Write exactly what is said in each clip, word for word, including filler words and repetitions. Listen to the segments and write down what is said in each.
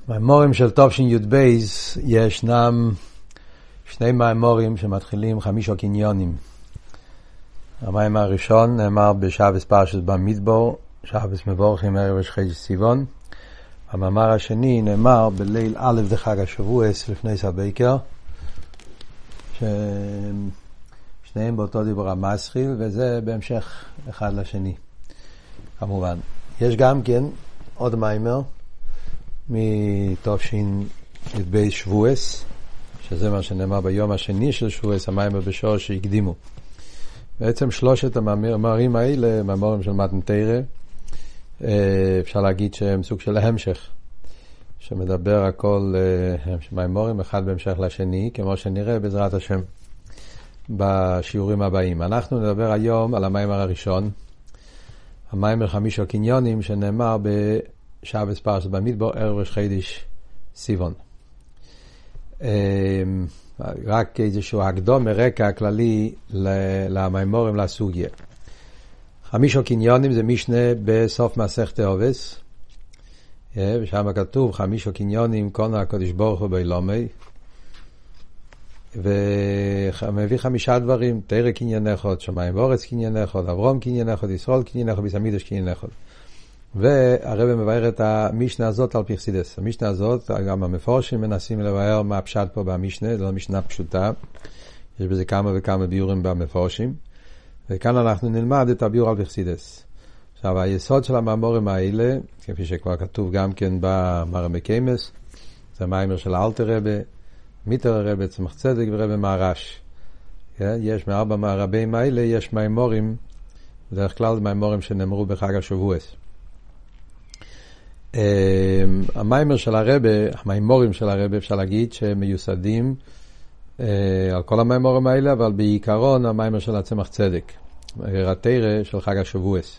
מאמורים של תופשין י' בייס ישנם שני מאמורים שמתחילים חמישה קניונים. המאמר הראשון נאמר בשבס פרשת במדבר, שבס מבורכים ערב ראש חודש סיוון. המאמר השני נאמר בליל א' דחג השבועס לפני סביקר, ששניהם באותו דיבור המסחיל, וזה בהמשך אחד לשני כמובן. יש גם כן עוד מאמר מתופשין י' בייס שבועס, שזה מה שנאמר ביום השני של שבועס, המאמר בשור שהקדימו. בעצם שלושת המאמרים האלה, מאמרים של מתן תורה, אפשר להגיד שהם סוג של המשך, שמדבר הכל מאמרים אחד בהמשך לשני, כמו שנראה בעזרת השם בשיעורים הבאים. אנחנו נדבר היום על המאמר הראשון, המאמר חמישה קניונים, שנאמר בשבס פרשת במדבר ערב ראש חודש סיוון. רק איזשהו הקדום מרקע כללי למאמרים לסוגיה. חמישה קניונים זה משנה בסוף מסכת עובס, ושם כתוב חמישה קניונים קונה הקדוש ברוך הוא בעולמי, ומביא חמישה דברים: תורה קניין אחד, שמיים וארץ קניין אחד, אברהם קניין אחד, ישראל קניין אחד, ביס המקדש קניין אחד. והרב מבאר את המשנה הזאת על פי חסידות. המשנה הזאת, גם המפורשים מנסים לבאר מה הפשט פה במשנה, זו לא משנה פשוטה, יש בזה כמה וכמה ביורים במפורשים, וכאן אנחנו נלמד את הביור על פי חסידות. עכשיו, היסוד של המאמרים האלה, כפי שכבר כתוב גם כן במאמר מקיימס, זה מאמר של אלתר רבי, מיטר רבי, צמח צדק ורבי מהר"ש. יש מארבע מהרבים האלה, יש מאמרים, בדרך כלל מאמרים שנאמרו בחג השבועס. המאמר של הרבי, המאמרים של הרבי, אפשר להגיד שמיוסדים על כל המאמרים האלה, אבל בעיקרון המאמר של הצמח צדק, התורה של חג השבועס.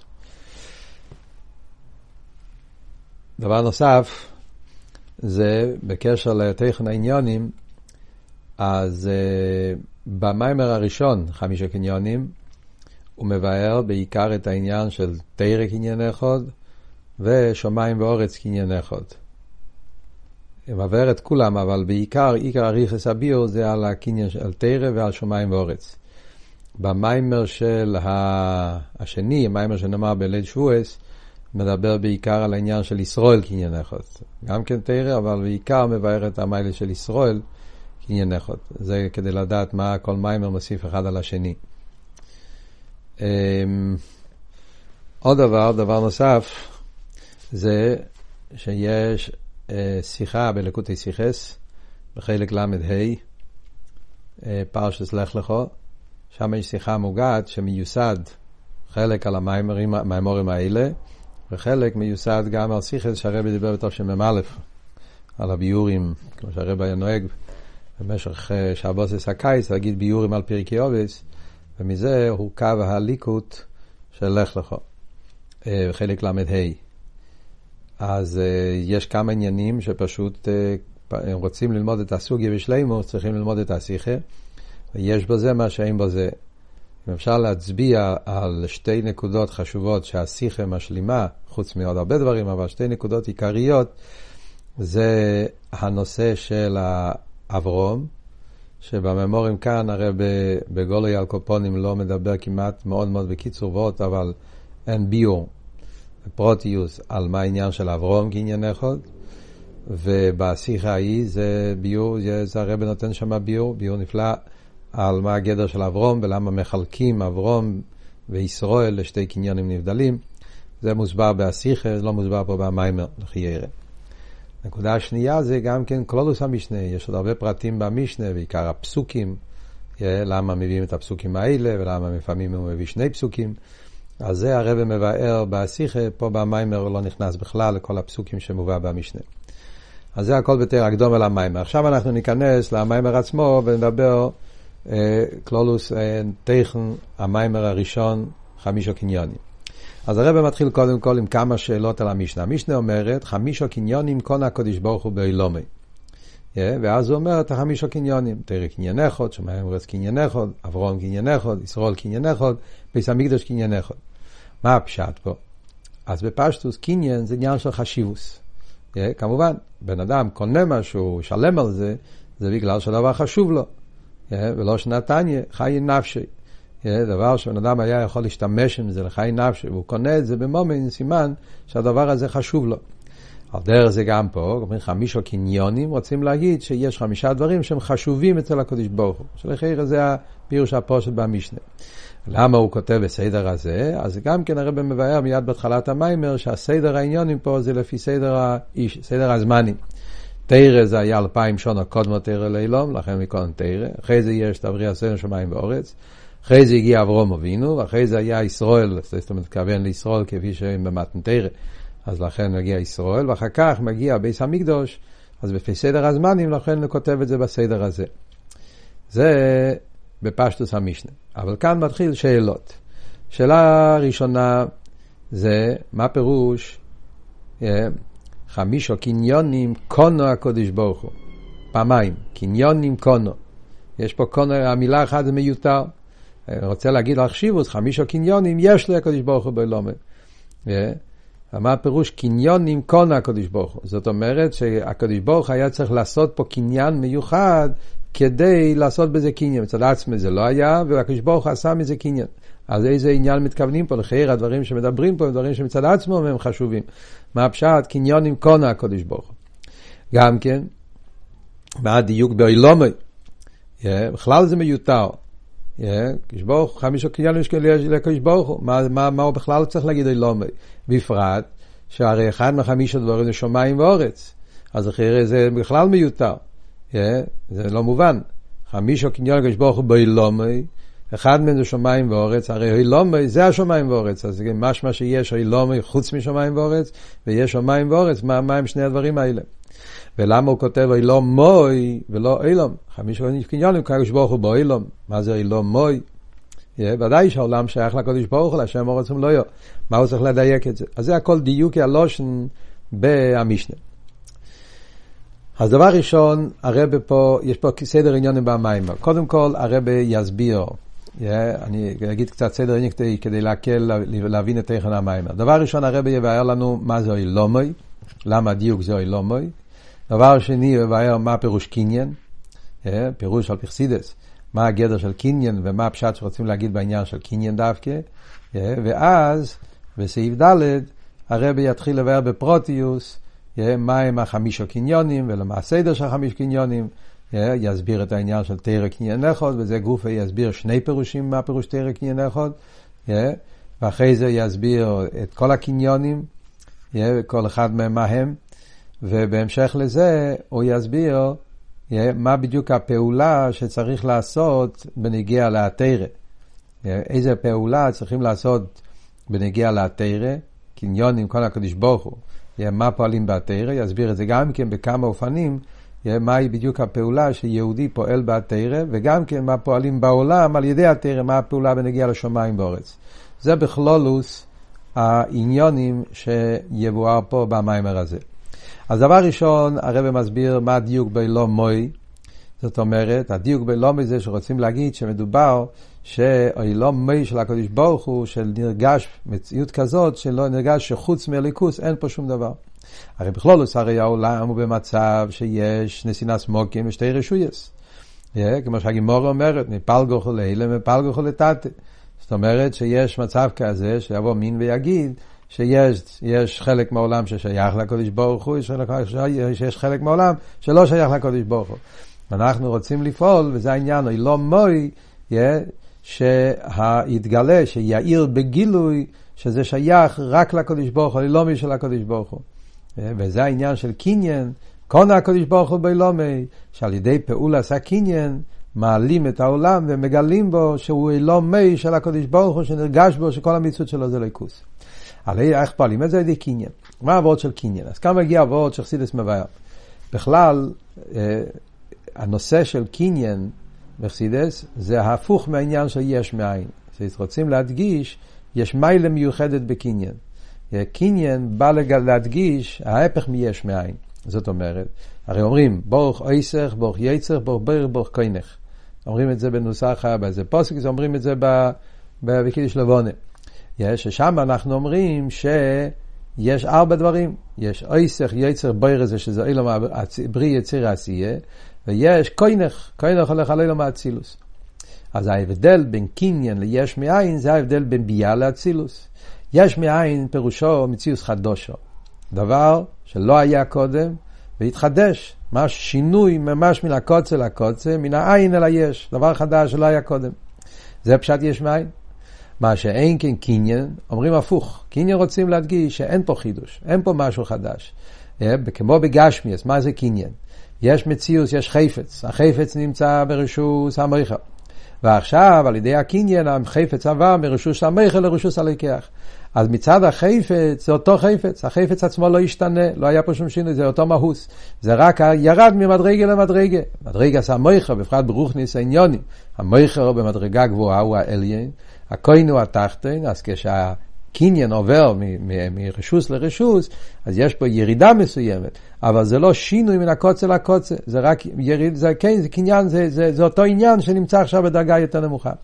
דבר נוסף, זה בקשר לתכן העניונים, אז במאמר הראשון, חמישה קניונים, הוא מבאר בעיקר את העניין של תורה קניין אחד, ושמיים וארץ קניין אחד. הוא מבאר את כולם, אבל בעיקר, עיקר הריחס הביור זה על הקניין של תורה ועל שמיים וארץ. במאמר של השני, המאמר שנאמר בליל שבועס, מדבר בעיקר על העניין של ישראל קניין אחד. גם כן תורה, אבל בעיקר מבאר את המיילה של ישראל קניין אחד. זה כדי לדעת מה כל מאמר מוסיף אחד על השני. עוד דבר, דבר נוסף, זה שיש שיחה בליקוטי שיחס, בחלק למד ה', פרשת לך לך, שם יש שיחה מוגעת שמיוסד חלק על המאמרים, המאמרים האלה, וחלק מיוסד גם על שיחס שהרבי דיבר בתופשין מ"א, על הביורים, כמו שהרבי היה נוהג במשך שבועות הקיץ, להגיד ביורים על פרקי עובס, ומזה הוא קו הליקוט של לך לך, בחלק למד ה'. אז יש כמה עניינים שפשוט הם רוצים ללמוד את הסוגיה בשלימות, צריכים ללמוד את השיחה, ויש בזה מה שאין בזה. אם אפשר להצביע על שתי נקודות חשובות שהשיחה משלימה, חוץ מעוד הרבה דברים, אבל שתי נקודות עיקריות, זה הנושא של אברהם, שבממורים כאן, הרי בגולוי על קופונים לא מדבר כמעט מאוד מאוד בקיצור ואות, אבל אין ביור, פרוטיוס, על מה העניין של אברהם כעניין אחד, ובשיחה ההיא זה ביור, זה הרב נותן שם ביור, ביור נפלא, על מה הגדר של אברהם ולמה מחלקים אברהם וישראל לשתי קניינים נבדלים. זה מוסבר בשיחה, זה לא מוסבר פה במאמר לחיירה. נקודה השנייה זה גם כן כלולוס המשנה, יש עוד הרבה פרטים במשנה, בעיקר הפסוקים, למה מביאים את הפסוקים האלה ולמה לפעמים הוא מביא שני פסוקים. אז זה הרב מבאר בשיחה, פה במאמר לא נכנס בכלל לכל הפסוקים שמובא במשנה. אז זה הכל בתור הקדום על המאמר. עכשיו אנחנו ניכנס למאמר עצמו ונדבר כלולוס תכן המאמר הראשון, חמישה קניונים. אז הרב מתחיל קודם כל עם כמה שאלות על המשנה. המשנה אומרת חמישה קניונים קונה הקדוש ברוך הוא בעולמי. ואז הוא אומר את החמישה קניונים: תורה קניין אחד, שמיים וארץ קניין אחד, אברהם קניין אחד, ישראל קניין אחד, ביס המקדש קניין אחד. מה הפשט פה? אז בפשטוס קניין זה עניין של חשיבוס. כמובן, בן אדם קונה משהו, שלם על זה, זה בגלל שהדבר חשוב לו. ולא שנתניה, חי נפשי. דבר שבן אדם היה יכול להשתמש עם זה לחי נפשי, והוא קונה את זה במומן, סימן שהדבר הזה חשוב לו. על דרך זה גם פה, אומרים חמישה קניונים, רוצים להגיד שיש חמישה דברים שהם חשובים אצל הקדוש ברוך הוא. שלכן זה הפירוש הפושט במשנה. למה הוא כותב בסדר הזה? אז גם כן הרב מבאר מיד בהתחלת המיימר, שהסדר העניונים פה זה לפי סדר, האיש, סדר הזמנים. תירה זה היה אלפיים שונה קודמו תירה לילום, לכן מקודם תירה. אחרי זה יש תבריא עשינו שמיים ואורץ. אחרי זה הגיע אברהם אבינו, ואחרי זה היה ישראל, זאת אומרת, כוון לישראל כפי שהם במתן תירה. אז לכן מגיע ישראל, ואחר כך מגיע ביס המקדוש, אז בפי סדר הזמנים, לכן הוא כותב את זה בסדר הזה. זה בפשטוס המשנה. אבל כאן מתחיל שאלות. שאלה ראשונה זה, מה פירוש חמישה קניונים קונו הקדוש ברוך הוא? פעמיים, קניונים קונו. יש פה קונו, המילה אחת זה מיותר. אני רוצה להגיד על חשיבות, חמישה קניונים יש לקדוש ברוך הוא בעולמו. מה פירוש קניונים קונו הקדוש ברוך הוא? זאת אומרת שהקדוש ברוך היה צריך לעשות פה קניין מיוחד כדי לעשות בזה קניין. מצד עצמי זה לא היה, והקדוש ברוך עשה מזה קניין. אז איזה עניין מתכוונים פה? לחייר הדברים שמדברים פה הם דברים שמצד עצמו הם חשובים. מה הפשט? קניונים קונו הקדוש ברוך הוא. גם כן, מה הדיוק בעולמו? בכלל זה מיותר. קדוש ברוך, חמישה קניונים יש לקדוש ברוך הוא. מה, מה, מה הוא בכלל צריך להגיד עולמו? בפרט, שהרי אחד מחמישה דברים זה שמיים ואורץ. אז אחרי זה בכלל מיותר. זה לא מובן. חמישה קניונים לקדוש ברוך הוא בעולמו, אחד מהם זה שמיים ואורץ, הרי עולמו זה השמיים ואורץ, אז זה משמע שיש עולמו חוץ משמיים ואורץ, ויש שמיים ואורץ, מה, מה הם שני הדברים האלה? ולמה הוא כותב עולמו ולא עולם? חמישה קניונים לקדוש ברוך הוא בעולם, מה זה עולמו? ודאי שהעולם שייך לקדוש ברוך הוא, לשם אורץ ולא יהיה. מה הוא צריך לדייק את זה? אז זה הכל דיוקי הלושן במשנה. אז דבר ראשון, הרב פה, יש פה סדר עניונים במיימר. קודם כל, הרב יסביר, yeah, אני אגיד קצת סדר עניונים כדי, כדי להקל, להבין את תכן המיימר. דבר ראשון, הרב יבאר לנו מה זה עולמוי, למה הדיוק זה עולמוי. דבר שני, יבאר מה פירוש קניין, yeah, פירוש על פרסידס, מה הגדר של קניין ומה הפשט שרוצים להגיד בעניין של קניין דווקא. Yeah, ואז, בסעיף ד', הרב יתחיל לבאר בפרוטיוס, מה הם החמישה קניונים ולמה הסדר של החמישה קניונים, יסביר את העניין של תירה קניין אחד, וזה גוף יסביר שני פירושים מה פירוש תירה קניין אחד, ואחרי זה יסביר את כל הקניונים, כל אחד מהם מה הם, ובהמשך לזה הוא יסביר מה בדיוק הפעולה שצריך לעשות בנגיע לתירה, איזה פעולה צריכים לעשות בנגיע לתירה, קניונים כל הקדוש ברוך הוא, מה פועלים בתירה, יסביר את זה גם כן בכמה אופנים, מהי בדיוק הפעולה שיהודי פועל בתירה, וגם כן מה פועלים בעולם על ידי התירה, מה הפעולה בנגיע לשמיים בארץ. זה בכלולוס העניונים שיבואר פה במיימר הזה. אז דבר ראשון, הרב מסביר מה הדיוק בעולמוי, זאת אומרת, הדיוק בעולמוי זה שרוצים להגיד שמדובר שהעולמוי של הקדוש ברוך הוא, של נרגש מציאות כזאת, שלא נרגש שחוץ מהליכוס אין פה שום דבר. הרי בכלולוס, הרי העולם הוא במצב שיש נסינס מוקים ושתי רשויס. כמו שהגימורה אומרת, מפלגו לאלה, מפלגו לתתה. זאת אומרת שיש מצב כזה שיבוא מין ויגיד שיש יש חלק מהעולם ששייך לקדוש ברוך הוא, שיש חלק מהעולם שלא שייך לקדוש ברוך הוא. אנחנו רוצים לפעול, וזה העניין, לא מוי, שהתגלה, שיעיר בגילוי, שזה שייך רק לקדוש ברוך הוא, לא מי של הקדוש ברוך הוא. וזה העניין של קניין, קונה הקדוש ברוך הוא בעולמי, שעל ידי פעולה עשה קניין, מעלים את העולם ומגלים בו שהוא עולמי של הקדוש ברוך הוא, שנרגש בו שכל המצוות שלו זה ליכוס. עלי איך פועלים את זה ידי קניין. מה העבוד של קניין? אז כאן מגיע העבוד שחסידס מבאר. בכלל, הנושא של קניין בחסידס זה ההפוך מהעניין של יש מאין. רוצים להדגיש, יש מיילה מיוחדת בקניין. קניין בא להדגיש ההפך מיש מאין. זאת אומרת, הרי אומרים, ברוך איסך, ברוך יצר, ברוך ברוך, ברוך כהנך. אומרים את זה בנוסח, באיזה פוסק, אומרים את זה בקידוש לבונה. ששם אנחנו אומרים יש ארבע דברים. יש אויסך, יצר, בויר זה שזה אילום בריא יציר עשייה, ויש קוינך, קוינך הולך על אילום האצילוס. אז ההבדל בין קניין ליש מאין זה ההבדל בין בייה לאצילוס. יש מאין פירושו מציאוס חדושו. דבר שלא היה קודם והתחדש. ממש שינוי ממש מן הקוצה לקוצה, מן העין אל היש. דבר חדש שלא היה קודם. זה פשט יש מאין. מה שאין כן קניין, אומרים הפוך. קניין רוצים להדגיש שאין פה חידוש. אין פה משהו חדש. כמו בגשמיאס, מה זה קניין? יש מציאוס, יש חפץ. החפץ נמצא ברשוס המויכה. ועכשיו על ידי הקניין החפץ עבר מרשוס המויכה לרשוס הלקח. אז מצד החפץ זה אותו חפץ. החפץ עצמו לא השתנה, לא היה פה שום שינוי, זה אותו מהוס. זה רק ירד ממדרגה למדרגה. מדרגה זה המויכה, בפרט ברוכניס העניונים. המויכה הוא במדרגה גבוהה, הוא העליין. הכהן הוא התחתן, אז כשהקניין עובר מרשוס לרשוס, אז יש פה ירידה מסוימת, אבל זה לא שינוי מן הקוצה לקוצה, זה רק יריד, זה כן, זה קניין, זה, זה, זה אותו עניין שנמצא עכשיו בדרגה יותר נמוכה.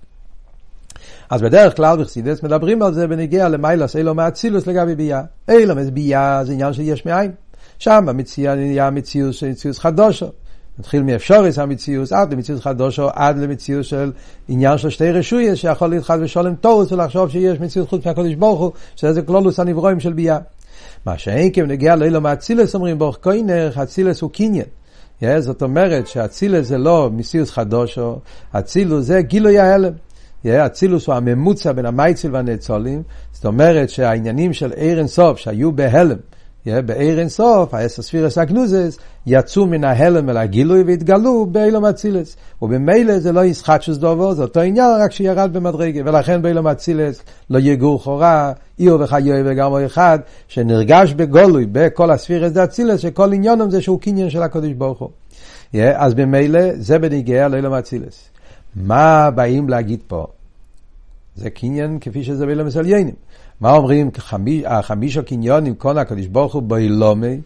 אז בדרך כלל בחסידות מדברים על זה בנגיע למיילס אילום האצילוס לגבי בייה. אילום אז בייה זה עניין של יש מאין. שם המציאה נהיה מציאוס, מציאוס חדושו. נתחיל מאפשורס המציאוס עד למציאוס חדושו, עד למציאוס של עניין של שתי רשויות, שיכול להתחד ושולם תורס ולחשוב שיש מציאוס חוץ מהקדוש ברוך הוא, שזה כלולוס הנברואים של בייה. מה שאין כמנגיע לאילום האצילוס אומרים ברוך כהנך, אצילוס הוא קניין. Yeah, זאת אומרת שהאצילוס זה לא מציאוס חדושו, אצילוס זה גילוי ההלם. אצילוס הוא הממוצע בין המייציל והנאצולים, זאת אומרת שהעניינים של עיר אינסוף שהיו בהלם, בעיר אינסוף, העשר ספירס הגנוזס, יצאו מן ההלם אל הגילוי והתגלו באילום אצילס. ובמילא זה לא ישחטשוס דובו, זה אותו עניין רק שירד במדרגה, ולכן באילום אצילס לא יגור חורה, איור וחיוי וגרמו אחד, שנרגש בגולוי, בכל הספירס אצילס, שכל עניונם זה שהוא קניין של הקדוש ברוך הוא. אז במילא זה בניגיע לאילום אצילס. מה באים להגיד פה? זה קניין כפי שזה באילום מסליינים. מה אומרים? החמישה קניונים כל הקדוש ברוך הוא באילומי,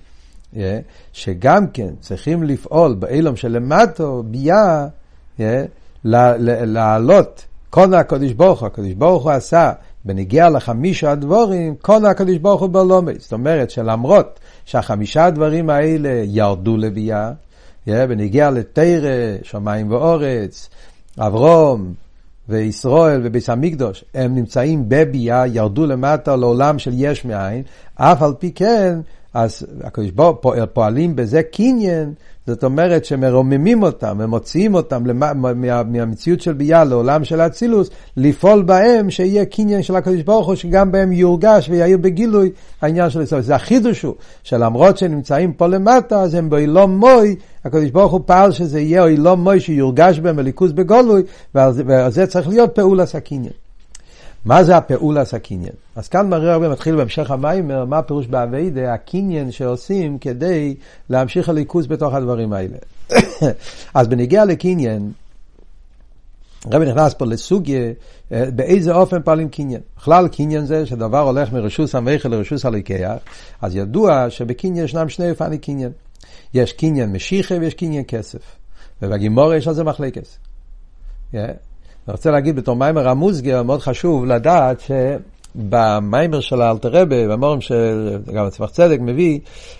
שגם כן צריכים לפעול באילום שלמטו בייה, לעלות כל הקדוש ברוך הוא, הקדוש ברוך הוא עשה בנגיע לחמישה הדבורים, כל הקדוש ברוך הוא באילומי. זאת אומרת שלמרות שהחמישה הדברים האלה ירדו לבייה, בנגיע לתורה, שמיים ואורץ, אברום וישראל וביס המקדוש, הם נמצאים בבייה, ירדו למטה לעולם של יש מאין, אף על פי כן, אז הקדוש ברוך הוא פועלים בזה קניין, זאת אומרת שמרוממים אותם ומוציאים אותם מה, מה, מהמציאות של בייה לעולם של האצילוס, לפעול בהם שיהיה קניין של הקדוש ברוך הוא, שגם בהם יורגש ויהיה בגילוי העניין של ישראל. זה החידוש הוא, שלמרות שנמצאים פה למטה, אז הם באילום מוי, הקדוש ברוך הוא פעל שזה יהיה אילום מוי שיורגש בהם מליכוז בגולוי, ועל זה צריך להיות פעולת הקניין. מה זה הפעולת הקניין? אז כאן מראה הרבה מתחיל בהמשך המים, מה הפירוש בעבודה, הקניין שעושים כדי להמשיך הליכוז בתוך הדברים האלה. אז בנגיע לקניין, הרב נכנס פה לסוגיה, באיזה אופן פעלים קניין. בכלל קניין זה שדבר הולך מרשוס המייכל לרשוס הלקח, אז ידוע שבקניין ישנם שני אופני קניין. יש קניין משיחה ויש קניין כסף. ובגימור יש על זה מחלקס. Yeah. אני רוצה להגיד בתור מיימר המוסגר, מאוד חשוב לדעת שבמיימר של האלטר רבי, במורים שגם הצמח צדק מביא,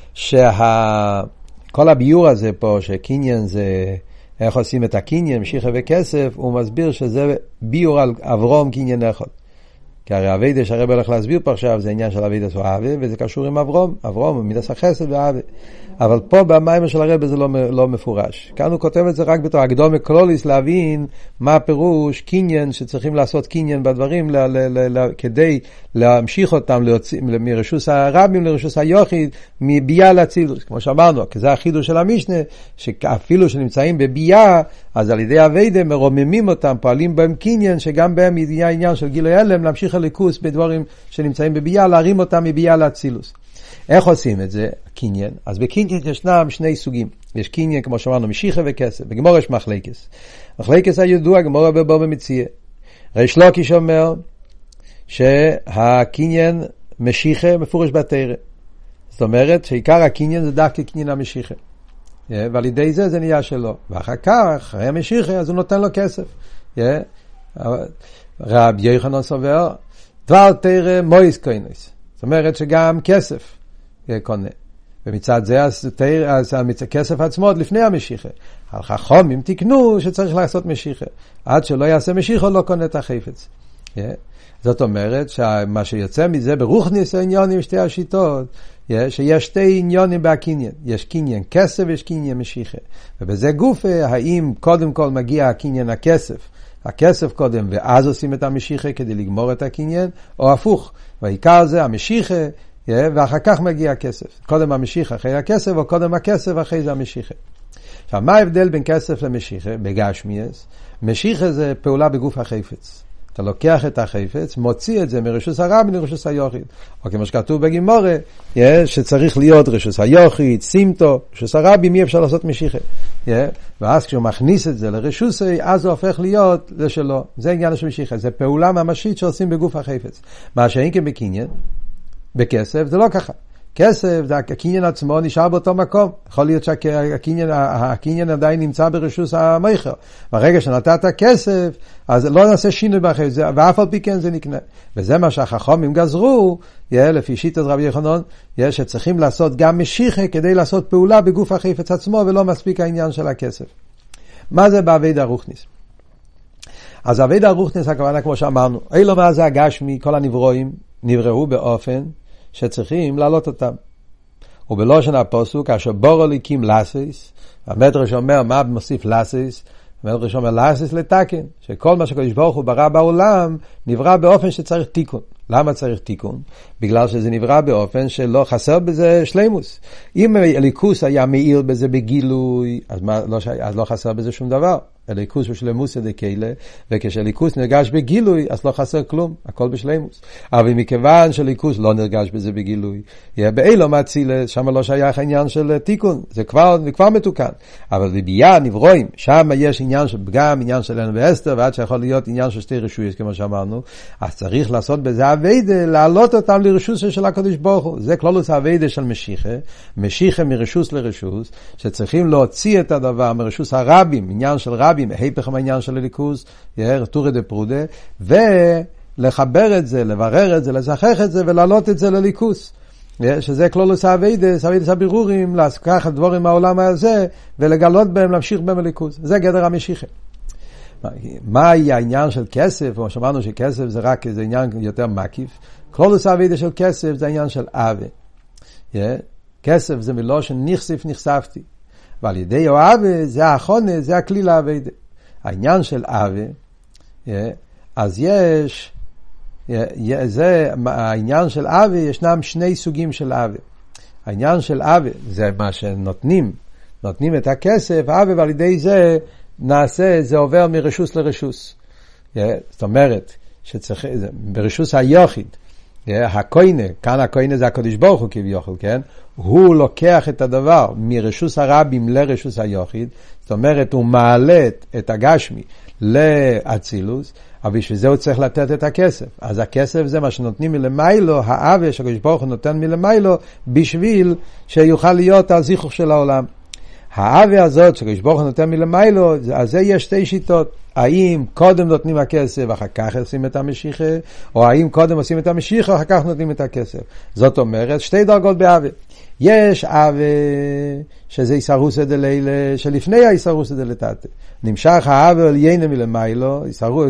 שכל הביור הזה פה, שקניין זה, איך עושים את הקניין, משיחה וכסף, הוא מסביר שזה ביור על אברום קניין אחד. כי הרי הווידה שהרבי הולך להסביר פה עכשיו, זה עניין של הווידה ואהבה, וזה קשור עם אברום, אברום הוא מידס החסד ואהבה. אבל פה במיימר של הרבי זה לא, לא מפורש. כאן הוא כותב את זה רק בתור הקדומה קלוליס, להבין מה הפירוש קניין, שצריכים לעשות קניין בדברים, ל, ל, ל, ל, כדי להמשיך אותם להוציא, מרשוס הרבים לרשוס היוחיד, מבייה לאצילוס. כמו שאמרנו, כי זה החידוש של המשנה, שאפילו שנמצאים בבייה, אז על ידי הווידה מרוממים אותם, פועלים בהם קניין, שגם בהם יהיה העניין של גילוי הלם, להמשיך הליכוס בדברים שנמצאים בבייה, להרים אותם מבייה לאצילוס. איך עושים את זה? קניין. אז בקניין ישנם שני סוגים. יש קניין, כמו שאמרנו, משיחה וכסף. בגמור יש מחלקס. מחלקס הידוע, גמור בבוא במציאה. ריש לוקיש אומר שהקניין משיחה מפורש בתורה. זאת אומרת שעיקר הקניין זה דווקא קניין המשיחה. ועל ידי זה זה נהיה שלו. ואחר כך, אחרי המשיחה, אז הוא נותן לו כסף. רב יוחנן סובר, דבר תורה מויס קוינוס. זאת אומרת שגם כסף קונה. ומצד זה, אז, אז הכסף עצמו עוד לפני המשיכה. החכמים תקנו שצריך לעשות משיכה. עד שלא יעשה משיכה לא קונה את החפץ. Yeah. זאת אומרת שמה שיוצא מזה ברוחניס העניונים שתי השיטות, yeah, שיש שתי עניונים בהקניין. יש קניין כסף ויש קניין משיכה. ובזה גופה, האם קודם כל מגיע הקניין הכסף, הכסף קודם ואז עושים את המשיכה כדי לגמור את הקניין, או הפוך. והעיקר זה המשיכה, yeah, ואחר כך מגיע הכסף. קודם המשיכה אחרי הכסף, או קודם הכסף אחרי זה המשיכה. עכשיו, מה ההבדל בין כסף למשיכה? בגשמיאס, משיכה זה פעולה בגוף החפץ. אתה לוקח את החפץ, מוציא את זה מרשוס הרבים לרשוס היוחיד. או כמו שכתוב בגימורה, שצריך להיות רשוס היוחיד, סימטו, רשוס הרבים, אי אפשר לעשות משיכה. ואז כשהוא מכניס את זה לרשוס, אז הוא הופך להיות זה שלו. זה עניין של משיכה. זה פעולה ממשית שעושים בגוף החפץ. מה שאין כן בקניין, בכסף, זה לא ככה. כסף, הקניין עצמו נשאר באותו מקום. יכול להיות שהקניין, הקניין עדיין נמצא ברשוס המייכר. ברגע שנתת כסף, אז לא נעשה שינוי בחפץ, ואף על פי כן זה נקנה. וזה מה שהחכמים גזרו, לפי שיטת רבי יוחנן, שצריכים לעשות גם משיכה כדי לעשות פעולה בגוף החפץ עצמו, ולא מספיק העניין של הכסף. מה זה בעבד הרוחניס? אז עבד הרוחניס, הכוונה כמו שאמרנו, אילו מה זה הגשמי, כל הנברואים נבראו באופן שצריכים לעלות אותם. ובלושן הפסוק, אשר בורו ליקים לסס, המדרש אומר, מה מוסיף לסס? המדרש אומר, לסס לתקן, שכל מה שקדוש ברוך הוא ברא בעולם, נברא באופן שצריך תיקון. למה צריך תיקון? בגלל שזה נברא באופן שלא חסר בזה שלימוס. אם אליקוס היה מאיר בזה בגילוי, אז, מה, לא, אז לא חסר בזה שום דבר. אליקוס הוא שלמוס דקיילה, וכשאליקוס נרגש בגילוי, אז לא חסר כלום, הכל בשלימוס. אבל מכיוון שאליקוס לא נרגש בזה בגילוי, יהיה באילו מאצילה, שם לא שייך העניין של תיקון, זה כבר, זה כבר מתוקן. אבל בביאה נברואים, שם יש עניין של פגם, עניין של אין ואסתר, ועד שיכול להיות עניין של שתי רשויות, כמו שאמרנו, אז צריך לעשות בזה הווידה, להעלות אותם לרשוס של הקדוש ברוך הוא. זה כלולוס הווידה של משיחה, משיחה מרשוס לרשוס, שצריכים להוציא את הדבר מרשוס הרבים, עניין של רבים, היפך מהעניין של הליכוז, תורי דה פרודה, ולחבר את זה, לברר את זה, לשחח את זה, ולהעלות את זה לליכוז. שזה כלולוס הווידס, הווידס הבירורים, לקחת דבורים מהעולם הזה, ולגלות בהם, להמשיך בהם הליכוז. זה גדר המשיחה. מה היא העניין של כסף? כמו שאמרנו שכסף זה רק איזה עניין יותר מקיף. כלולוס הווידס של כסף זה העניין של אהבה. כסף זה מלושן נחשף נחשפתי. ועל ידי אהבה זה האחרונה, זה הכלי לעבודה. העניין של אהבה, אז יש, זה העניין של אהבה, ישנם שני סוגים של אהבה. העניין של אהבה זה מה שנותנים, נותנים את הכסף, אהבה, ועל ידי זה נעשה, זה עובר מרשוס לרשוס. זאת אומרת, שצריך, ברשוס היוחיד, הקוינה, כאן הקוינה זה הקדוש ברוך הוא כביכול, כן? הוא לוקח את הדבר מרשוס הרבים לרשוס היוחיד, זאת אומרת, הוא מעלה את הגשמי לאצילוס, אבל בשביל זה הוא צריך לתת את הכסף. אז הכסף זה מה שנותנים מלמיילו, האווה שהקדוש ברוך הוא נותן מלמיילו, בשביל שיוכל להיות הזיכוך של העולם. האווה הזאת שהקדוש ברוך הוא נותן מלמיילו, אז זה יש שתי שיטות. האם קודם נותנים הכסף ואחר כך עושים את המשיכה, או האם קודם עושים את המשיכה ואחר כך נותנים את הכסף. זאת אומרת, שתי דרגות באווה. יש אווה שזה איסרוסא דלילה, שלפני האיסרוסא דלתתא. נמשך האווה על יינה מלמיילו,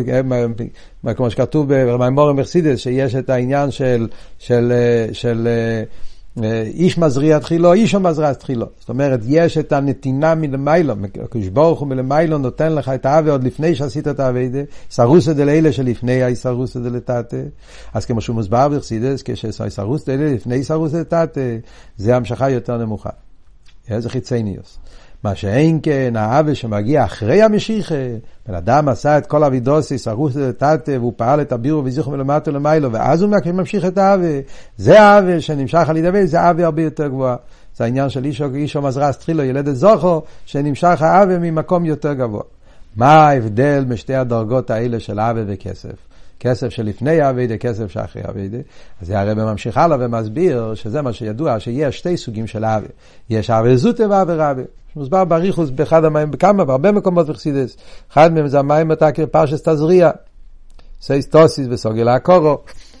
כמו שכתוב במימורים בחסידות, שיש את העניין של, של, של, איש מזריע תחילו, איש המזרע תחילו. זאת אומרת, יש את הנתינה מלמיילו, הקדוש ברוך הוא מלמיילו נותן לך את האווה עוד לפני שעשית את האווה, איסרוסא דלילה שלפני האיסרוסא דלתתא. אז כמו שהוא מוסבר בחסידות, כשאיסרוסא דלילה לפני איסרוסא דלתתא, זה המשכה יותר נמוכה. זה חיצייניוס. מה שאין כן, האווה שמגיע אחרי המשיחה, בן אדם עשה את כל אבידוסי, סרוס דלתתא, והוא פעל את הבירו וזיכו מלמטו למיילו, ואז הוא ממשיך את האווה. זה האווה שנמשך על ידי, זה האווה הרבה יותר גבוה. זה העניין של איש, איש או מזרע תחילו, ילדת זוכו, שנמשך האווה ממקום יותר גבוה. מה ההבדל משתי הדרגות האלה של האווה וכסף? כסף שלפני העבודה, כסף שאחרי העבודה. אז הרב ממשיך הלאה ומסביר שזה מה שידוע, שיש שתי סוגים של אהבה. יש אהבה זוטה ואהבה רבה. מוסבר בריחוס באחד המים, בכמה, בהרבה מקומות בחסידות. אחד מהם זה המים מתקר פרשס תזריע. סייס תוסיס וסוגל הקורו.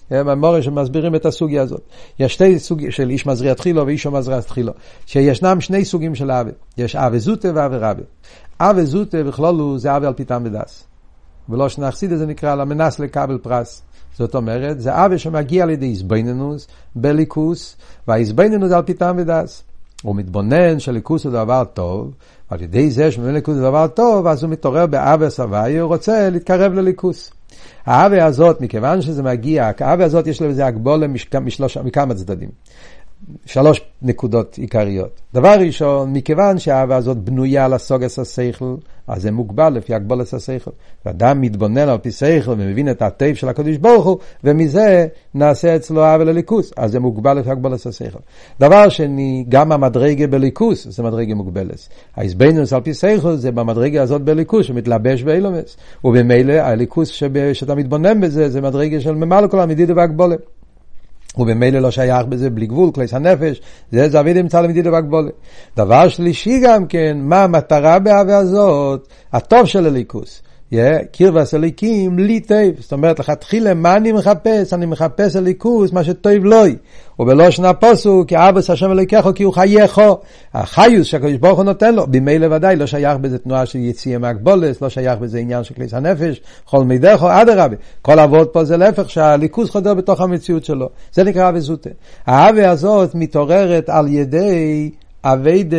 במורה שמסבירים את הסוגיה הזאת. יש שתי סוגים של איש מזריע תחילו ואיש מזריע תחילו. שישנם שני סוגים של אבה. יש אבה זוטה ואבה רבה. אבה זוטה בכלולו זה אבה על פי טעם ודס. ולא שנחסיד זה נקרא למנס לקבל פרס. זאת אומרת, זה אבה שמגיע לידי איזבנינוס בליכוס, והאיזבנינוס על פי טעם ודס. הוא מתבונן שליכוס הוא דבר טוב, ועל ידי זה שמליכוס הוא דבר טוב, אז הוא מתעורר באבה סבייה, הוא רוצה להתקרב לליכוס. האבה הזאת, מכיוון שזה מגיע, האבה הזאת יש לזה הגבולה משלוש, מכמה צדדים. שלוש נקודות עיקריות. דבר ראשון, מכיוון שהאהבה הזאת בנויה על הסוגס השכל, אז זה מוגבל לפי הגבולת השכל. ואדם מתבונן על פי שכל ומבין את הטייב של הקדוש ברוך הוא, ומזה נעשה אצלו אהבה לליכוס, אז זה מוגבל לפי הגבולת השכל. דבר שני, גם המדרגה בליכוס, זה מדרגה מוגבלת. ההסבינוס על פי שכל זה במדרגה הזאת בליכוס, שמתלבש באילומס. ובמילא הליכוס שאתה מתבונן בזה, זה מדרגה של ממלא כל המדידה והגבולה. ובמילא לא שייך בזה בלי גבול, כליס הנפש, זה זה אביד אמצא למדידה והגבולה. דבר שלישי גם כן, מה המטרה באהבה הזאת? הטוב של הליכוס. קרבס הליקים, לי טוב. זאת אומרת לך, תחילה, מה אני מחפש? אני מחפש הליכוס, מה שטוב לוי. ובלושן הפוסוק, כי אבס השם אלוהיכך, כי הוא חייכו. החיוס שהקדוש ברוך הוא נותן לו, במילא ודאי, לא שייך בזה תנועה של יציאה מהגבולת, לא שייך בזה עניין של כליס הנפש, כל מידךו, אדרבה. כל עבוד פה זה להפך, שהליכוס חודר בתוך המציאות שלו. זה נקרא אהבה זוטה. האהבה הזאת מתעוררת על ידי אביידה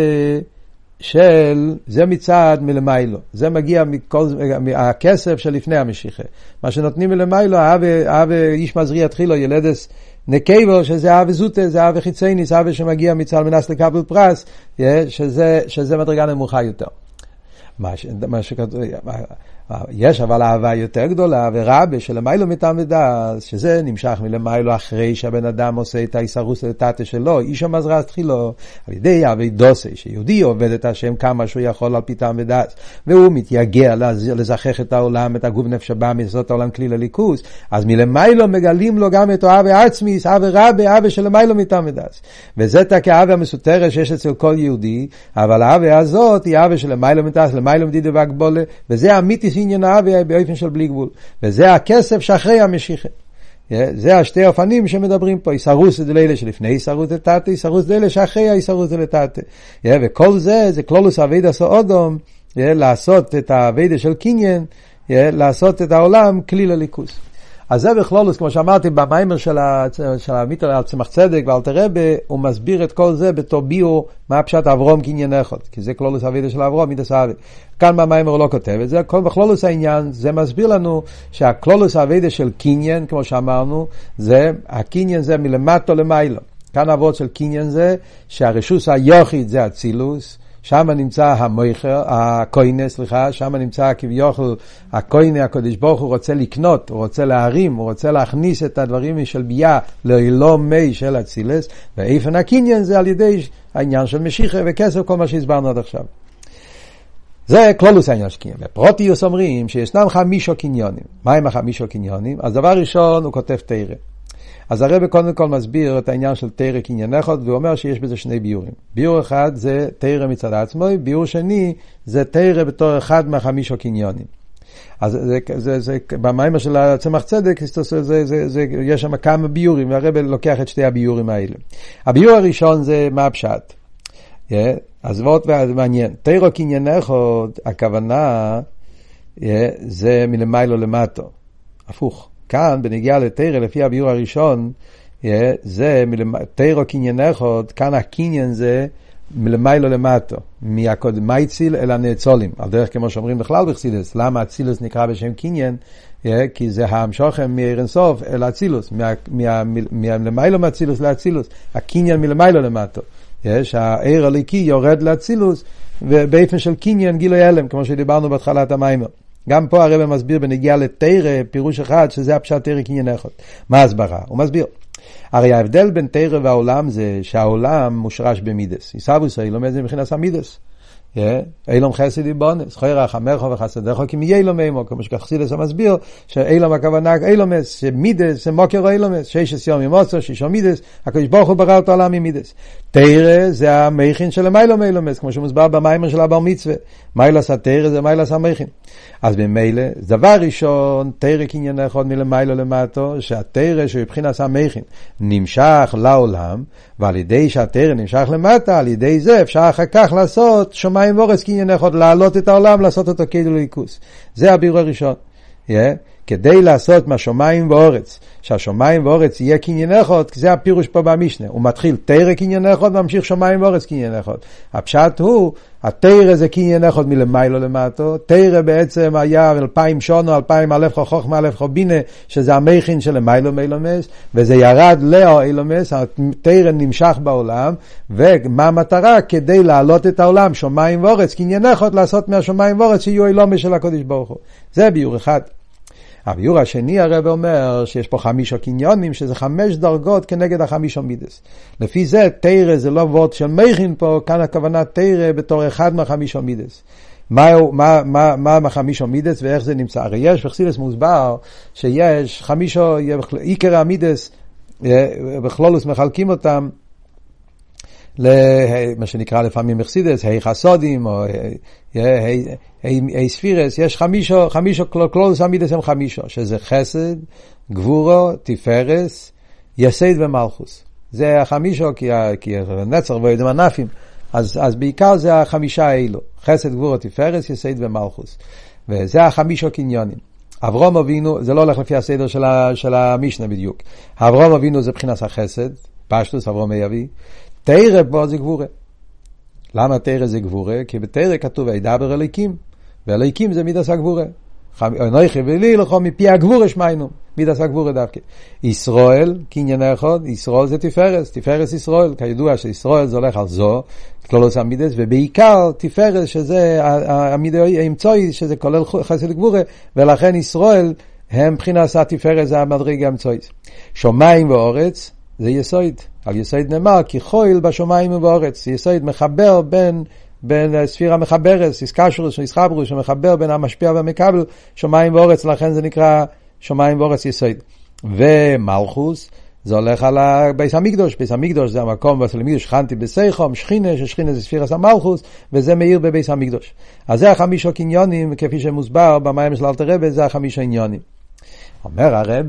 של, זה מצד מלמיילו, זה מגיע מכל, מהכסף שלפני המשיחה. מה שנותנים מלמיילו, אהבה איש מזריע תחילו, ילדס נקייבו, שזה אהבה זוטה, זה אהבה חיצייני, זה אהבה שמגיע מצד מנס לקבל פרס, שזה, שזה מדרגה נמוכה יותר. מה, מה שכתוב, יש אבל אהבה יותר גדולה ורבה שלמיילו מטעם ודס, שזה נמשך מלמיילו אחרי שהבן אדם עושה את הישרוס לתתה שלו, איש המזרע תחילו, על ידי אהבה דוסי, שיהודי עובד את השם כמה שהוא יכול על פי טעם ודס, והוא מתייגע לזכח את העולם, את הגוף נפש הבא, מזאת העולם כלי לליכוס, אז מלמיילו מגלים לו גם את אהבה עצמיס, אהבה רבה, אהבה שלמיילו מטעם ודס. וזה תקה אהבה מסותרת שיש אצל כל יהודי, אבל האהבה הזאת היא אהבה שלמיילו מטעם, למיילו מדידה והגבולה, וזה אמיתי עניין האהבה באופן של בלי גבול, וזה הכסף שאחרי המשיכה. זה השתי אופנים שמדברים פה, ישרוס דלילה שלפני ישרוס דלתתה, ישרוס דלילה שאחרי הישרוס דלתתה. וכל זה, זה כלולוס אביידה סאודום, לעשות את האביידה של קניין, לעשות את העולם כלי לליכוס. אז זה בכלולוס, כמו שאמרתי, במיימר של המיטר על צמח צדק ואלתר רבי, הוא מסביר את כל זה בתור ביור, מה פשט אברום קניין אחד, כי זה כלולוס אביידה של אברום, מידס אבי. כאן במיימר הוא לא כותב את זה, כל בכלולוס העניין, זה מסביר לנו שהכלולוס אביידה של קניין, כמו שאמרנו, זה, הקניין זה מלמטו למיילו. כאן אבות של קניין זה, שהרשוס היוחית זה הצילוס, שם נמצא המויכר, הקוינה, סליחה, שם נמצא כביכול הקוינה, הקדוש ברוך הוא רוצה לקנות, הוא רוצה להרים, הוא רוצה להכניס את הדברים של ביה לאילום מי של הצילס, ואיפן הקניין זה על ידי העניין של משיחה וכסף, כל מה שהסברנו עד עכשיו. זה כלולוס העניין של קניין. בפרוטיוס אומרים שישנם חמישו קניונים. מה הם החמישו קניונים? אז דבר ראשון הוא כותב תירה. אז הרב קודם כל מסביר את העניין של תירה קניין אחד, והוא אומר שיש בזה שני ביורים. ביור אחד זה תירה מצד עצמו, ביור שני זה תירה בתור אחד מהחמישו קניונים. אז זה, זה, זה, במיימר של הצמח צדק, זה, זה, זה, זה, יש שם כמה ביורים, והרב לוקח את שתי הביורים האלה. הביור הראשון זה מה הפשט. Yeah, אז ואות מעניין. תירה קניין אחד, הכוונה yeah, זה מלמיילו למטו. הפוך. כאן, בנגיעה לתירה, לפי הביור הראשון, זה תירה קניין אחד, כאן הקניין זה מלמיילו למטו, מהקודמייציל אל הנאצולים, על דרך כמו שאומרים בכלל בחסידות. למה הצילוס נקרא בשם קניין? כי זה המשוכם מאיר אינסוף אל הצילוס, מלמיילו מהצילוס להצילוס, הקניין מלמיילו למטו. שהעיר הליקי יורד להצילוס, ובאופן של קניין גילוי הלם, כמו שדיברנו בהתחלת המיימר. גם פה הרב מסביר בנגיעה לתירה, פירוש אחד, שזה הפשט תירה קניין אחד. מה הסברה? הוא מסביר. הרי ההבדל בין תירה והעולם זה שהעולם מושרש במידס. יסבוס אילום זה מבחינת המידס. אילום חסד יבונס, חוי רחמך וחסדך כי מי אילום אימו, כמו שחסידס מסביר, שאילום הכוונה אילומס, שמידס זה מוקר אילומס, שיש יום ימוסר, שיש מידס, הקדוש ברוך הוא ברא אותו עולם ממידס. תרא זה המכין של המיילו מיילומס, כמו שמוסבר במיימר של הבר מצווה. מיילס התרא זה מיילס המכין. אז במילא, דבר ראשון, תרא קניין אחד מלמיילו למטו, שהתרא שבבחינת המכין נמשך לעולם, ועל ידי שהתרא נמשך למטה, על ידי זה אפשר אחר כך לעשות שמיים ואורץ קניין אחד, להעלות את העולם, לעשות אותו כאילו ליכוס. זה הבירור הראשון. Yeah. כדי לעשות מהשמיים ואורץ, שהשמיים ואורץ יהיה קניין אחד, זה הפירוש פה במשנה. הוא מתחיל תרא קניין אחד, ממשיך שמיים ואורץ קניין אחד. הפשט הוא, התרא זה קניין אחד מלמיילו למטו, תרא בעצם היה אלפיים שונו, אלפיים אלף חוכמה, אלף בינה, שזה המכין של למיילו מיילומס, וזה ירד לאו אילומס, התרא נמשך בעולם, ומה המטרה? כדי להעלות את העולם, שמיים ואורץ, קניין אחד, לעשות מהשמיים ואורץ, שיהיו אילומס של הקודש ברוך הוא. זה ביור אחד. הביור השני הרב אומר שיש פה חמישה קניונים, שזה חמש דרגות כנגד החמישה מידס. לפי זה תרא זה לא וורט של מכין פה, כאן הכוונה תרא בתור אחד מהחמישה מידס. מה, מה, מה, מה מהחמישה מידס ואיך זה נמצא? הרי יש בחסידות מוסבר שיש חמישה, עיקר המידס, בכלולוס מחלקים אותם, למה שנקרא לפעמים בחסידות, הי חסודים, או הי ספירס, יש חמישו, חמישו, כלולוס המידס הם חמישו, שזה חסד, גבורו, תפארס, יסד ומלכוס. זה החמישו, כי, כי נצר ועדים ענפים, אז, אז בעיקר זה החמישה האלו, חסד, גבורו, תפארס, יסד ומלכוס. וזה החמישו קניונים. אברהם אבינו, זה לא הולך לפי הסדר של, ה, של המשנה בדיוק. אברהם אבינו זה בחינת החסד, פשטוס, אברהם יביא, תרא בו זה גבורה. למה תרא זה גבורה? כי בתרא כתוב וידבר אליקים, ואליקים זה מידס הגבורה. אנוכי ולי לכו מפי הגבורה שמיינו, מידס הגבורה דווקא. ישראל, קניין אחד, ישראל זה תפארס, תפארס ישראל, כידוע שישראל זה הולך על זו, כלולוס המידס, ובעיקר תפארס שזה האמצעי, שזה כולל חסד גבורה, ולכן ישראל הם מבחינת התפארס, זה המדרגה האמצעית. שמיים ואורץ זה יסוד. על יסוד נאמר כי חויל בשמיים ובארץ. יסוד מחבר בין בין ספירה מחברת, איסקשרוס, איסחברוס, שמחבר בין המשפיע והמקבל, שמיים וארץ, לכן זה נקרא שמיים וארץ יסוד. ומלכוס זה הולך על בית המקדוש. בית המקדוש זה המקום בית המקדוש חנתי בסייחום, שכינה, ששכינה זה ספירס המלכוס, וזה מאיר בבית המקדוש. אז זה החמישה קניונים, כפי שמוסבר במים של אלתר רבי, זה החמישה עניונים. אומר הרב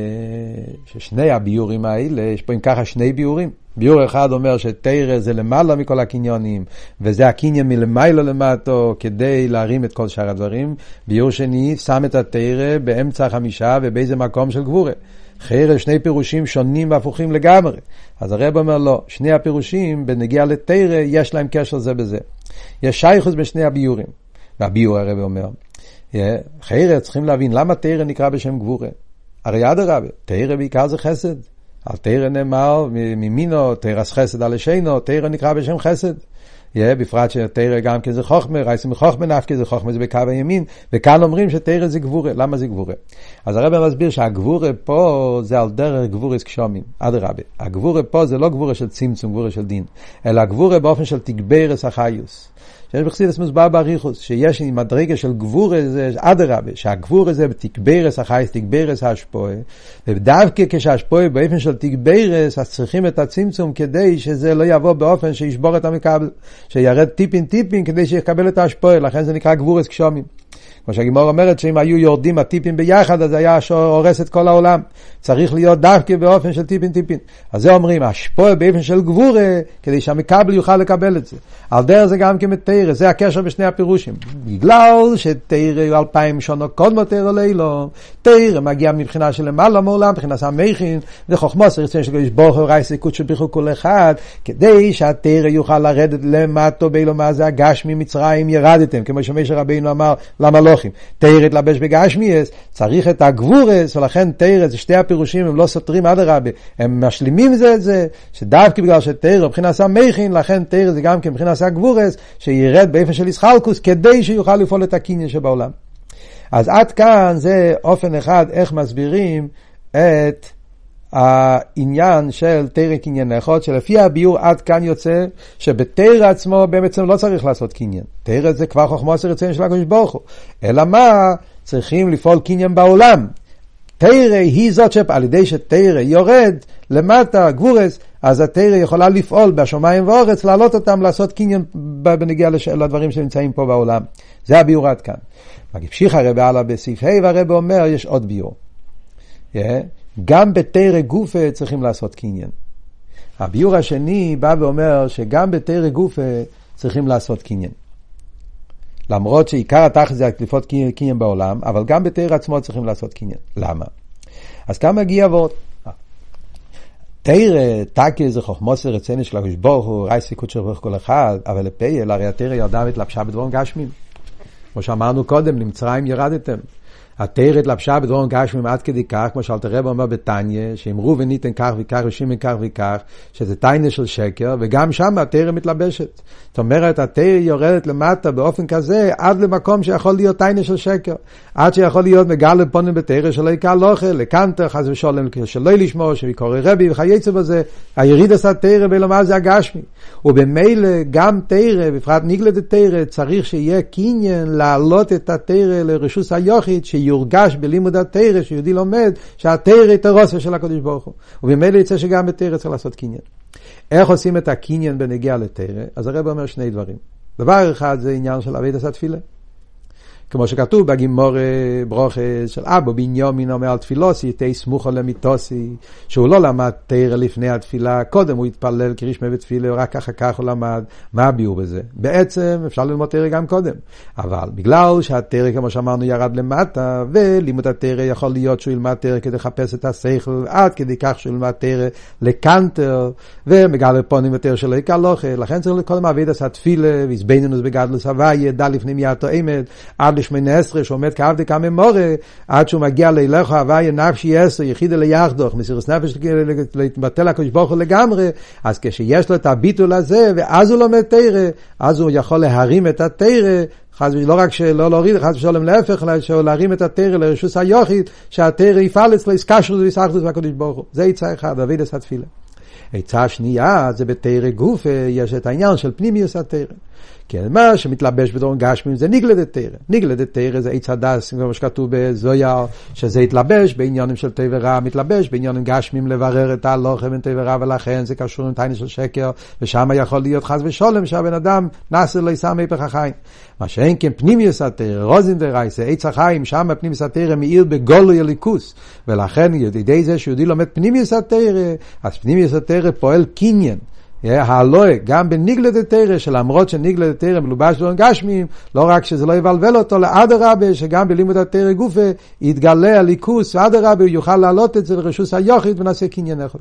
ששני הביורים האלה, יש פה עם ככה שני ביורים. ביור אחד אומר שתרא זה למעלה מכל הקניונים, וזה הקניון מלמיילו למטו, כדי להרים את כל שאר הדברים. ביור שני שם את התרא באמצע החמישה ובאיזה מקום של גבורה. חרב שני פירושים שונים והפוכים לגמרי. אז הרב אומר לא, שני הפירושים בנגיע לתרא יש להם קשר זה בזה. יש שייכות בשני הביורים. והביור הרב אומר, חרב צריכים להבין למה תרא נקרא בשם גבורה. הרי אדרבה, תרא בעיקר זה חסד. על תרא נאמר ממינו, תרא חסד על שינו, תרא נקרא בשם חסד. יהיה בפרט שתרא גם כזה חוכמה, רייסים מחוכמה נפקי, זה חוכמה זה בקו הימין, וכאן אומרים שתרא זה גבורה. למה זה גבורה? אז הרב מסביר שהגבורה פה זה על דרך גבורס קשומים. אדרבה, הגבורה פה זה לא גבורה של צמצום, גבורה של דין, אלא הגבורה באופן של תגברס החיוס. שיש בחסידות מוסבר באריכות, שיש עם מדרגה של גבורה, זה אדרבה, שהגבורה זה בתגברס החייס, תגברס ההשפועה, ודווקא כשההשפועה באופן של תגברס, אז צריכים את הצמצום כדי שזה לא יבוא באופן שישבור את המקבל, שירד טיפין טיפין כדי שיקבל את ההשפועה, לכן זה נקרא גבורס קשומים. כמו שהגימור אומרת שאם היו יורדים הטיפים ביחד, אז היה הורס את כל העולם. צריך להיות דווקא באופן של טיפין טיפין. אז זה אומרים, השפוע באופן של גבורה, כדי שהמקבל יוכל לקבל את זה. על דרך זה גם כמתרא, זה הקשר בשני הפירושים. בגלל שתרא הוא אלפיים שונו קודמו תרא לילו, תרא מגיע מבחינה של למעלה מעולם, מבחינה המכין, זה חוכמה, רצון של קדוש ברוך הוא, רייס יקוד שבריחו כל אחד, כדי שהתרא יוכל לרדת למטו באילו מה זה הגשמי מצרים ירדתם, כמו שמשה רבינו אמר, למה לא? תרא תלבש בגשמיאס, צריך את הגבורס, ולכן תרא זה שתי הפירושים, הם לא סותרים אדרבה, הם משלימים זה את זה, שדווקא בגלל שתרא מבחינת המכין, לכן תרא זה גם מבחינת הגבורס, שירד באופן של ישחלקוס, כדי שיוכל לפעול את הקניין שבעולם. אז עד כאן זה אופן אחד איך מסבירים את העניין של תרא קניין אחד, שלפי הביור עד כאן יוצא שבתרא עצמו בעצם לא צריך לעשות קניין. תרא זה כבר חוכמה רצון של הקדוש ברוך הוא. אלא מה? צריכים לפעול קניין בעולם. תירה היא זאת שעל ידי שתירה יורד למטה, גבורס, אז התירה יכולה לפעול בשמיים ואורץ, להעלות אותם, לעשות קניין בנגיע לדברים שנמצאים פה בעולם. זה הביור עד כאן. מגשיך הרב הלאה בסעיף ה' והרב אומר, יש עוד ביור. Yeah. גם בתירה גופה צריכים לעשות קניין. הביור השני בא ואומר שגם בתירה גופה צריכים לעשות קניין. למרות שעיקר התחת זה לקליפות קניין בעולם, אבל גם בתירה עצמו צריכים לעשות קניין. למה? אז כאן מגיע ועוד. תירה, תקי זה חוכמוס ורציני של הקדוש ברוך הוא, רייס וקודש ברוך כל אחד, אבל לפייל, הרי התירה ירדה והתלבשה בדברים גשמים. כמו שאמרנו קודם, למצרים ירדתם. התירה התלבשה בדברים גשמים עד כדי כך, כמו שאלתר רב אומר בתניא, שאמרו וניתן כך וכך ושימן כך וכך, שזה תניא של שקר, וגם שם התירה מתלבשת. זאת אומרת, התירה יורדת למטה באופן כזה, עד למקום שיכול להיות תניא של שקר. עד שיכול להיות מגל לפונים בתירה שלא יקל לאוכל, לקנטר, חס ושולם, שלא לשמור, שמקורא רבי וחייצה בזה, היריד עשה תירה ולמה זה הגשמי. ובמילא גם תירה, בפרט נגלת תירה, צריך שיהיה קניין להעלות את התירה לרשוס היחיד, שיורגש בלימוד התירה, שיהודי לומד, שהתירה היא תרוסה של הקדוש ברוך הוא. ובמילא יצא שגם בתירה צריך לעשות קניין. איך עושים את הקניין בנגיע לתירה? אז הרב אומר שני דברים. דבר אחד זה עניין של עבודת התפילה. כמו שכתוב בגימור ברוכה של אבא בנימין אומר על תפילוסי תהי סמוכו למיתוסי, שהוא לא למד תירה לפני התפילה, קודם הוא התפלל כרישמי בתפילה, רק אחר כך הוא למד. מה הביאור בזה? בעצם אפשר ללמוד תירה גם קודם, אבל בגלל שהתירה כמו שאמרנו ירד למטה, ולימוד התירה יכול להיות שהוא ילמד תירה כדי לחפש את השכל, עד כדי כך שהוא ילמד תירה לקנטר, ומגל פונים בתירה שלא יקל לאוכל. לכן צריך קודם עבודת התפילה, והזבנינוס בגדלוס הוויה, דע לפני מיעטו עמד, עד לשמונה עשרה שעומד כעבדי כממורה, עד שהוא מגיע לילך הוויה נפשי עשר, יחידה ליחדוך, מסירוס נפש להתבטל הקדוש ברוך הוא לגמרי. אז כשיש לו את הביטול הזה, ואז הוא לומד תירה, אז הוא יכול להרים את התירה, לא רק שלא להוריד, חס ושלום להפך, אלא להרים את התירה לרשוס היחיד, שהתירה יפעל אצלו, יסקשרו ויסחדוס והקדוש ברוך הוא. זה יצא אחד, עבודת התפילה. עצה שנייה, זה בתירה גוף, יש את העניין של פנימיוס התירה. כי מה שמתלבש בדברים גשמים זה נגלדת תירה. נגלדת תירה זה עץ הדס, כמו שכתוב בזויה, שזה התלבש בעניינים של טוב ורע, מתלבש בעניינים גשמים לברר את ההלוכה בין טוב ורע, ולכן זה קשור עם תניא של שקר, ושם יכול להיות חס ושלום שהבן אדם נעשה לא יישא מהפך החיים. מה שאין כן פנימיוס התירה, רוזין דרייסה, עץ החיים, שם פנימיוס התירה מאיר בגולוי הליכוס, ולכן ידי זה שיהודי לומד פנימיוס התירה, אז פנימיוס התירה פועל קניין. הלואה, גם בניגלת התירה, שלמרות שניגלת התירה מלובש דברים גשמיים, לא רק שזה לא יבלבל אותו, לאדרבה, שגם בלימוד התירה גופה, יתגלה הליכוס, ואדרבה, הוא יוכל להעלות את זה לרשוס היחיד, ונעשה קניין אחד.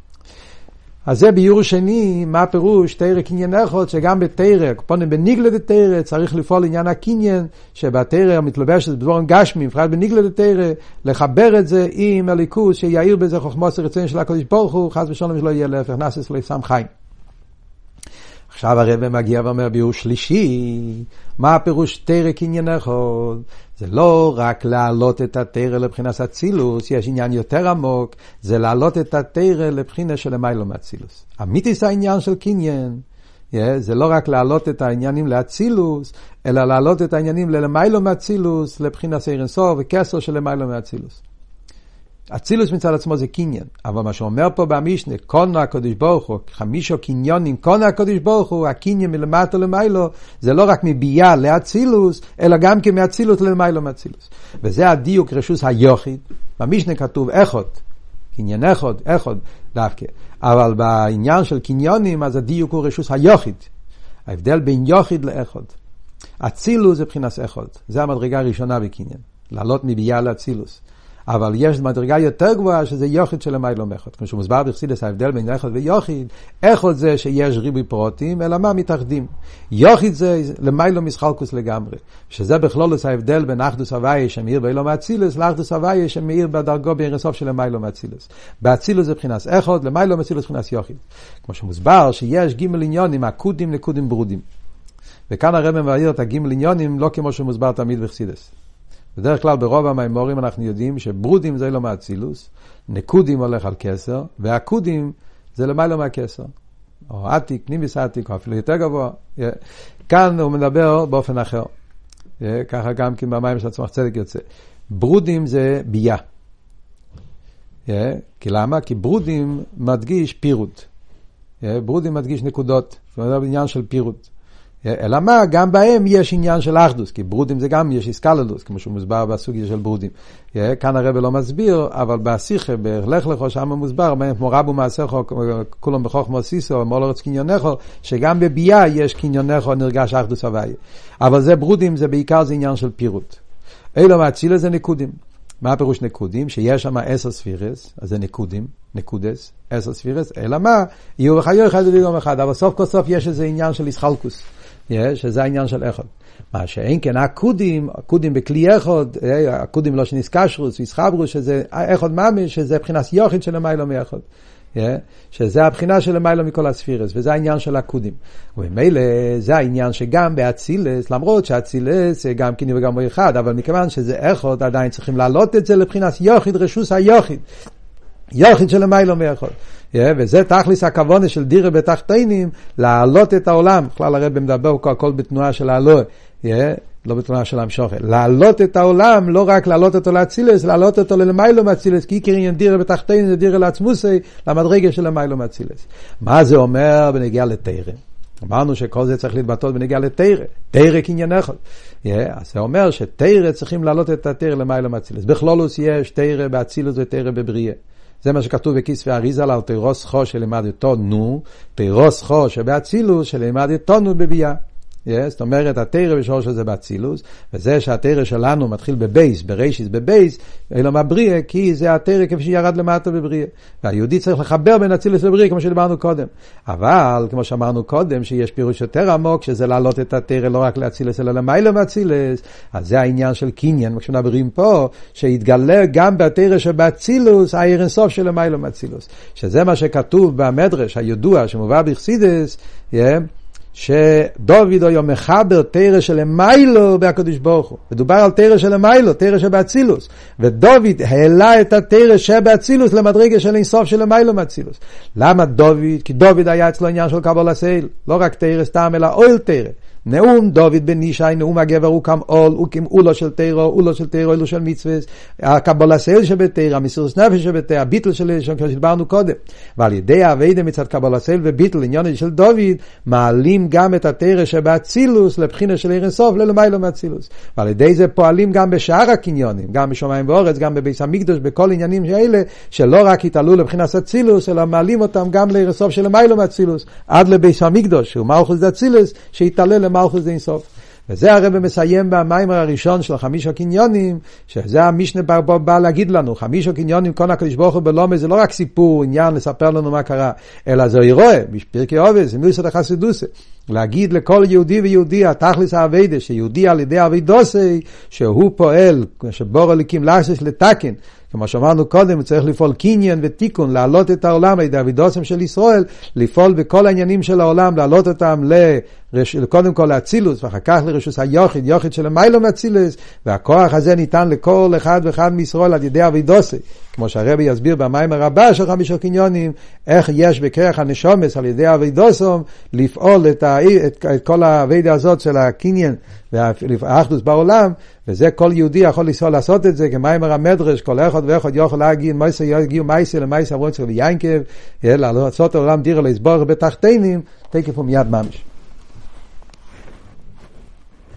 אז זה ביור שני, מה פירוש תירה קניין אחד, שגם בתירה, כפונים בניגלת התירה, צריך לפעול עניין הקניין, שבתירה המתלבשת בדברים גשמיים, בפרט בניגלת התירה, לחבר את זה עם הליכוס, שיעיר בזה חוכמוס רצון של הקדוש ברוך הוא, חס ושלום שלא יהיה להפך, נעשה שלא ישם חיים. עכשיו הרב מגיע ואומר ביור שלישי, מה הפירוש תירה קניין אחד? זה לא רק להעלות את התירה לבחינת אצילוס, יש עניין יותר עמוק, זה להעלות את התירה לבחינת של למיילו מאצילוס. אמיתיס העניין של קניין, yeah, זה לא רק להעלות את העניינים לאצילוס, אלא להעלות את העניינים ללמיילו מאצילוס, לבחינת סיר אינסוף וכסר של למיילו מאצילוס. אצילוס מצד עצמו זה קניין, אבל מה שאומר פה במשנה, קונו הקדוש ברוך הוא, חמישו קניונים, קונו הקדוש ברוך הוא, הקניין מלמטה למיילו, זה לא רק מביאה לאצילוס, אלא גם כמאצילוס למיילו מאצילוס. וזה הדיוק רשוס היחיד. במשנה כתוב אחד, קניין אחד, אחד דווקא. אבל בעניין של קניונים, אז הדיוק הוא רשוס היחיד. ההבדל בין יחיד לאחד. אצילוס זה בחינת אחד. זה המדרגה הראשונה בקניין. לעלות מביאה לאצילוס. אבל יש מדרגה יותר גבוהה שזה יחיד של למיילו מאחד. כמו שמוסבר בחסידות ההבדל בין אחד ויחיד, אחד זה שיש ריבוי פרוטים, אלא מה מתאחדים. יחיד זה למיילו מסחלקוס לגמרי. שזה בכלולוס ההבדל בין אחדוס הוויה שמאיר באילו מאצילוס, לאחדוס הוויה שמאיר בדרגו באינסוף של למיילו מאצילוס. באצילוס זה בחינת אחד, למיילו מאצילוס בחינת יחיד. כמו שמוסבר שיש גימל עניונים, עקודים נקודים ברודים. וכאן הרב מבאר את הגימל עניונים לא כמו שמוסבר תמיד בחסידות. בדרך כלל ברוב המיימורים אנחנו יודעים שברודים זה לא מאצילוס, נקודים הולך על כסר, והקודים זה למיילו מהכסר. או עתיק, נימיס עתיק, או אפילו יותר גבוה. כאן הוא מדבר באופן אחר. ככה גם כי במים של עצמך צדק יוצא. ברודים זה בייה. כי למה? כי ברודים מדגיש פירוט. ברודים מדגיש נקודות. זאת אומרת, עניין של פירוט. אלא מה? גם בהם יש עניין של אחדוס, כי ברודים זה גם יש איסקללוס, כמו שהוא מסבר בסוגיה של ברודים. כאן הרב לא מסביר, אבל בשיחה, בלך לכו, שם מוסבר, כמו רבו מעשיכו, כולם בחוכמה סיסו, מולרץ קניונכו, שגם בביאה יש קניונכו, נרגש אחדוס הוויה. אבל זה ברודים, זה בעיקר זה עניין של פירוט. אלו מהצילה זה נקודים. מה הפירוש נקודים? שיש שם עשר ספירס, אז זה נקודים, נקודס, עשר ספירס, אלא מה? יהיו וחיו אחד ודיגום אחד, אבל סוף כל סוף יש איזה עניין של איסחלקוס. שזה העניין של אחד. מה שאין כן, הקודים, הקודים בכלי אחד, הקודים לא שנסקשרוס, ויסחברוס, שזה אחד ממש, שזה בחינת יוחד של המיילו מאחד. שזה הבחינה של המיילו מכל הספירס, וזה העניין של הקודים. ומילא, זה העניין שגם באצילס, למרות שאצילס גם כני וגם הוא אחד, אבל מכיוון שזה אחד, עדיין צריכים להעלות את זה לבחינת יוחד, רשוס היוחד. יוחד של המיילו מאחד. Yeah, וזה תכליס הכוונה של דירה בתחתינים, להעלות את העולם. בכלל הרב מדבר הכל בתנועה של העלוה, yeah, לא בתנועה של המשוכת. להעלות את העולם, לא רק להעלות אותו להצילס, להעלות אותו למיילו מהצילס, כי עיקר עניין דירה בתחתינים זה דירה לעצמוסי, למדרגה של המיילו מהצילס. מה זה אומר בנגיעה לתירה? אמרנו שכל זה צריך להתבטאות בנגיעה לתירה. תירה כעניין אחד. Yeah, אז זה אומר שתירה צריכים להעלות את התירה למיילו מהצילס. בכלולוס יש תירה בהצילס ותירה בבריאה. זה מה שכתוב בכיספי אריזל על תירוס חו שלמד יתונו, תירוס חו שבאצילוס שלמד יתונו בביאה. Yes, זאת אומרת, התירה בשורש הזה באצילוס, וזה שהתירה שלנו מתחיל בבייס, בראשיס בבייס, אלא מהבריאה, כי זה התירה כפי שירד למטה בבריאה. והיהודי צריך לחבר בין אצילוס לבריאה, כמו שדיברנו קודם. אבל, כמו שאמרנו קודם, שיש פירוש יותר עמוק, שזה להעלות את התירה לא רק לאצילוס, אלא למיילו מאצילוס, אז זה העניין של קניין, כמו שמדברים פה, שיתגלה גם בתירה שבאצילוס, העיר אינסוף של למיילו מאצילוס. שזה מה שכתוב במדרש, הידוע, שמובא בחסידות, yeah, שדוד היה מחבר תירה של מיילו בהקדוש ברוך הוא. מדובר על תירה של מיילו, תירה שבאצילוס. ודוד העלה את התירה שבאצילוס למדרגה של אינסוף של מיילו מאצילוס. למה דוד? כי דוד היה אצלו עניין של קבלה סייל. לא רק תירה סתם, אלא אוהל תירה. נאום דוד בן ישי, נאום הגבר הוא כם עול, הוא כם אולו של תירה, אולו של תירה, אולו של מצווס, הקבלה סייל שבתירה, המסירות נפש שבתירה, הביטל של שדיברנו קודם. ועל ידי העבודה מצד קבלה סייל וביטל, עניין של דוד, מעלים גם את התירה שבאצילוס לבחינה של עיר אינסוף ללמיילו מאצילוס. ועל ידי זה פועלים גם בשאר הקניונים, גם בשמיים ואורץ, גם בבית המקדוש, בכל עניינים האלה, שלא רק יתעלו לבחינת אצילוס, אלא מעלים אותם גם לעיר אינסוף של למיילו מאצילוס, עד לבית המקדוש, שהוא מלכות אצילוס, שיתעלה למלכות אינסוף. וזה הרב מסיים במיימר הראשון של חמישה קניונים, שזה המשנה בא, בא, בא להגיד לנו, חמישה קניונים, כל הקדוש ברוך הוא בלומד, זה לא רק סיפור, עניין לספר לנו מה קרה, אלא זה אירוע, בפרקי אובס, זה מיוסד החסידוסה. להגיד לכל יהודי ויהודי, התכלס העבודה, שיהודי על ידי עבודוסי, שהוא פועל, שבור הליקים לאחסס לתקן, כמו שאמרנו קודם, הוא צריך לפעול קניין ותיקון, להעלות את העולם לידי עבודוסם של ישראל, לפעול בכל העניינים של העולם, להעלות אותם לרש... קודם כל לאצילוס, ואחר כך לרשוס היוחד, יוחד של המיילו מאצילוס, והכוח הזה ניתן לכל אחד ואחד מישראל על ידי עבודוסי. כמו שהרבי יסביר במיימר הבא של חמישה קניונים, איך יש בכרך הנשומס על ידי עבודוסם, לפעול את, ה... את... את כל העבודה הזאת של הקניין והאחדוס בעולם, וזה כל יהודי יכול לנסוע לעשות את זה, כמיימר המדרש, כל אחד ואחד יכול להגיד, מייסה יגיעו מייסה למייסה אברונצר ויינקב, לעשות העולם דירה להסבור בתחתינים, תקף ומיד ממש.